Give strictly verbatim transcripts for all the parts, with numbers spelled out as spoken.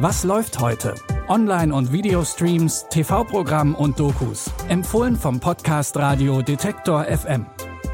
Was läuft heute? Online- und Videostreams, T V-Programm und Dokus. Empfohlen vom Podcast Radio Detektor F M.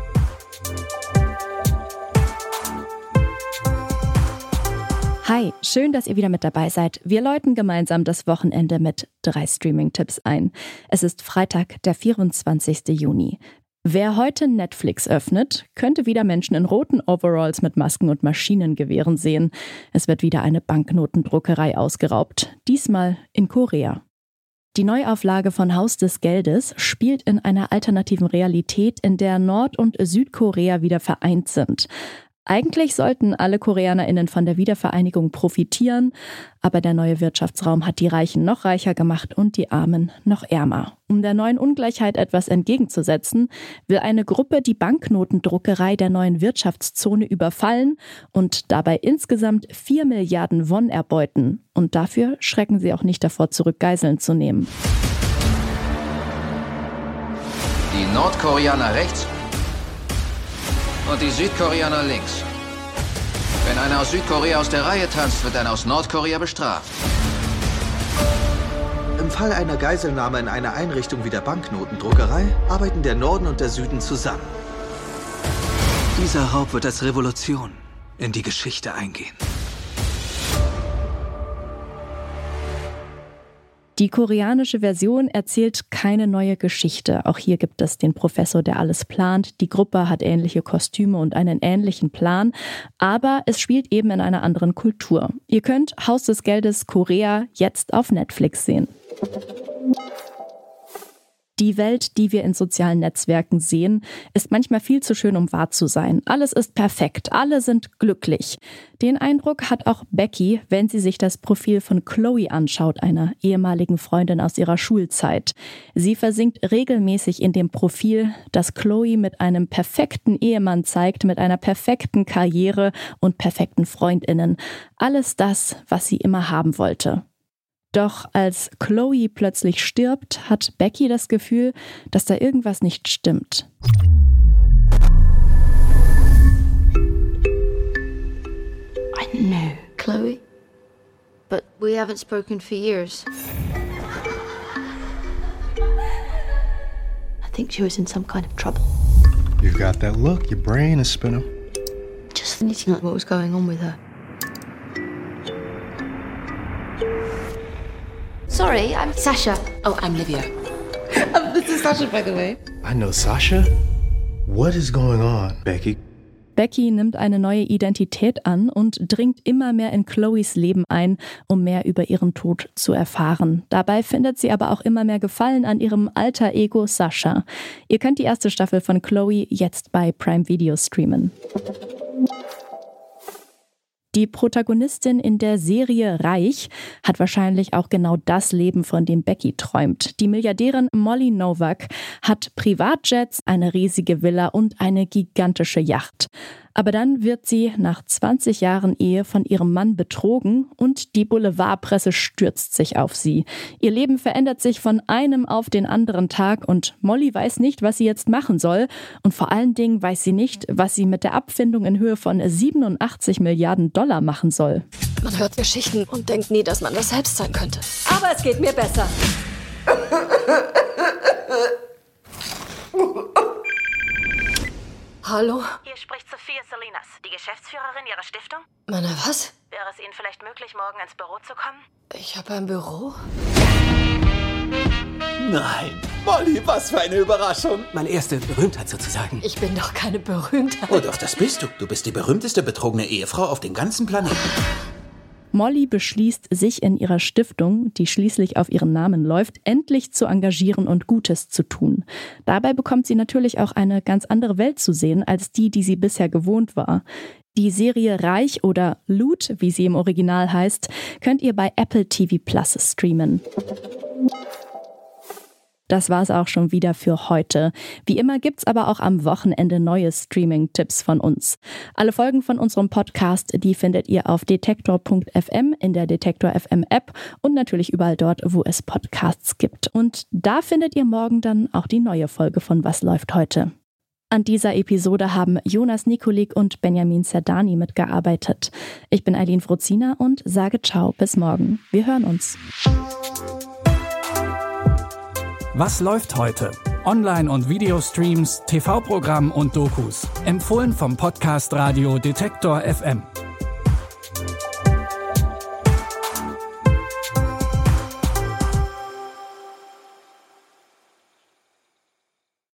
Hi, schön, dass ihr wieder mit dabei seid. Wir läuten gemeinsam das Wochenende mit drei Streaming-Tipps ein. Es ist Freitag, der vierundzwanzigster Juni. Wer heute Netflix öffnet, könnte wieder Menschen in roten Overalls mit Masken und Maschinengewehren sehen. Es wird wieder eine Banknotendruckerei ausgeraubt, diesmal in Korea. Die Neuauflage von Haus des Geldes spielt in einer alternativen Realität, in der Nord- und Südkorea wieder vereint sind. Eigentlich sollten alle KoreanerInnen von der Wiedervereinigung profitieren, aber der neue Wirtschaftsraum hat die Reichen noch reicher gemacht und die Armen noch ärmer. Um der neuen Ungleichheit etwas entgegenzusetzen, will eine Gruppe die Banknotendruckerei der neuen Wirtschaftszone überfallen und dabei insgesamt vier Milliarden Won erbeuten. Und dafür schrecken sie auch nicht davor zurück, Geiseln zu nehmen. Die Nordkoreaner rechts und die Südkoreaner links. Wenn einer aus Südkorea aus der Reihe tanzt, wird einer aus Nordkorea bestraft. Im Fall einer Geiselnahme in einer Einrichtung wie der Banknotendruckerei arbeiten der Norden und der Süden zusammen. Dieser Raub wird als Revolution in die Geschichte eingehen. Die koreanische Version erzählt keine neue Geschichte. Auch hier gibt es den Professor, der alles plant. Die Gruppe hat ähnliche Kostüme und einen ähnlichen Plan. Aber es spielt eben in einer anderen Kultur. Ihr könnt Haus des Geldes Korea jetzt auf Netflix sehen. Die Welt, die wir in sozialen Netzwerken sehen, ist manchmal viel zu schön, um wahr zu sein. Alles ist perfekt, alle sind glücklich. Den Eindruck hat auch Becky, wenn sie sich das Profil von Chloe anschaut, einer ehemaligen Freundin aus ihrer Schulzeit. Sie versinkt regelmäßig in dem Profil, das Chloe mit einem perfekten Ehemann zeigt, mit einer perfekten Karriere und perfekten FreundInnen. Alles das, was sie immer haben wollte. Doch als Chloe plötzlich stirbt, hat Becky das Gefühl, dass da irgendwas nicht stimmt. I know Chloe, but we haven't spoken for years. I think she was in some kind of trouble. You've got that look, your brain is spinning. Just need to know what was going on with her. Sorry, I'm Sasha. Oh, I'm Livia. um, this is Sasha, by the way. I know Sasha. What is going on, Becky? Becky nimmt eine neue Identität an und dringt immer mehr in Chloes Leben ein, um mehr über ihren Tod zu erfahren. Dabei findet sie aber auch immer mehr Gefallen an ihrem Alter Ego Sasha. Ihr könnt die erste Staffel von Chloe jetzt bei Prime Video streamen. Die Protagonistin in der Serie Reich hat wahrscheinlich auch genau das Leben, von dem Becky träumt. Die Milliardärin Molly Novak hat Privatjets, eine riesige Villa und eine gigantische Yacht. Aber dann wird sie nach zwanzig Jahren Ehe von ihrem Mann betrogen und die Boulevardpresse stürzt sich auf sie. Ihr Leben verändert sich von einem auf den anderen Tag und Molly weiß nicht, was sie jetzt machen soll. Und vor allen Dingen weiß sie nicht, was sie mit der Abfindung in Höhe von siebenundachtzig Milliarden Dollar machen soll. Man hört Geschichten und denkt nie, dass man das selbst sein könnte. Aber es geht mir besser. Hallo? Hier spricht Sophia Salinas, die Geschäftsführerin Ihrer Stiftung. Meine was? Wäre es Ihnen vielleicht möglich, morgen ins Büro zu kommen? Ich habe ein Büro? Nein, Molly, was für eine Überraschung. Meine erste Berühmtheit sozusagen. Ich bin doch keine Berühmtheit. Oh doch, das bist du. Du bist die berühmteste betrogene Ehefrau auf dem ganzen Planeten. Molly beschließt, sich in ihrer Stiftung, die schließlich auf ihren Namen läuft, endlich zu engagieren und Gutes zu tun. Dabei bekommt sie natürlich auch eine ganz andere Welt zu sehen, als die, die sie bisher gewohnt war. Die Serie Reich oder Loot, wie sie im Original heißt, könnt ihr bei Apple T V Plus streamen. Das war's auch schon wieder für heute. Wie immer gibt's aber auch am Wochenende neue Streaming-Tipps von uns. Alle Folgen von unserem Podcast, die findet ihr auf detektor punkt f m, in der Detektor F M App und natürlich überall dort, wo es Podcasts gibt. Und da findet ihr morgen dann auch die neue Folge von Was läuft heute. An dieser Episode haben Jonas Nikolik und Benjamin Zerdani mitgearbeitet. Ich bin Eileen Frozina und sage ciao, bis morgen. Wir hören uns. Was läuft heute? Online- und Videostreams, T V-Programm und Dokus. Empfohlen vom Podcast Radio Detektor F M.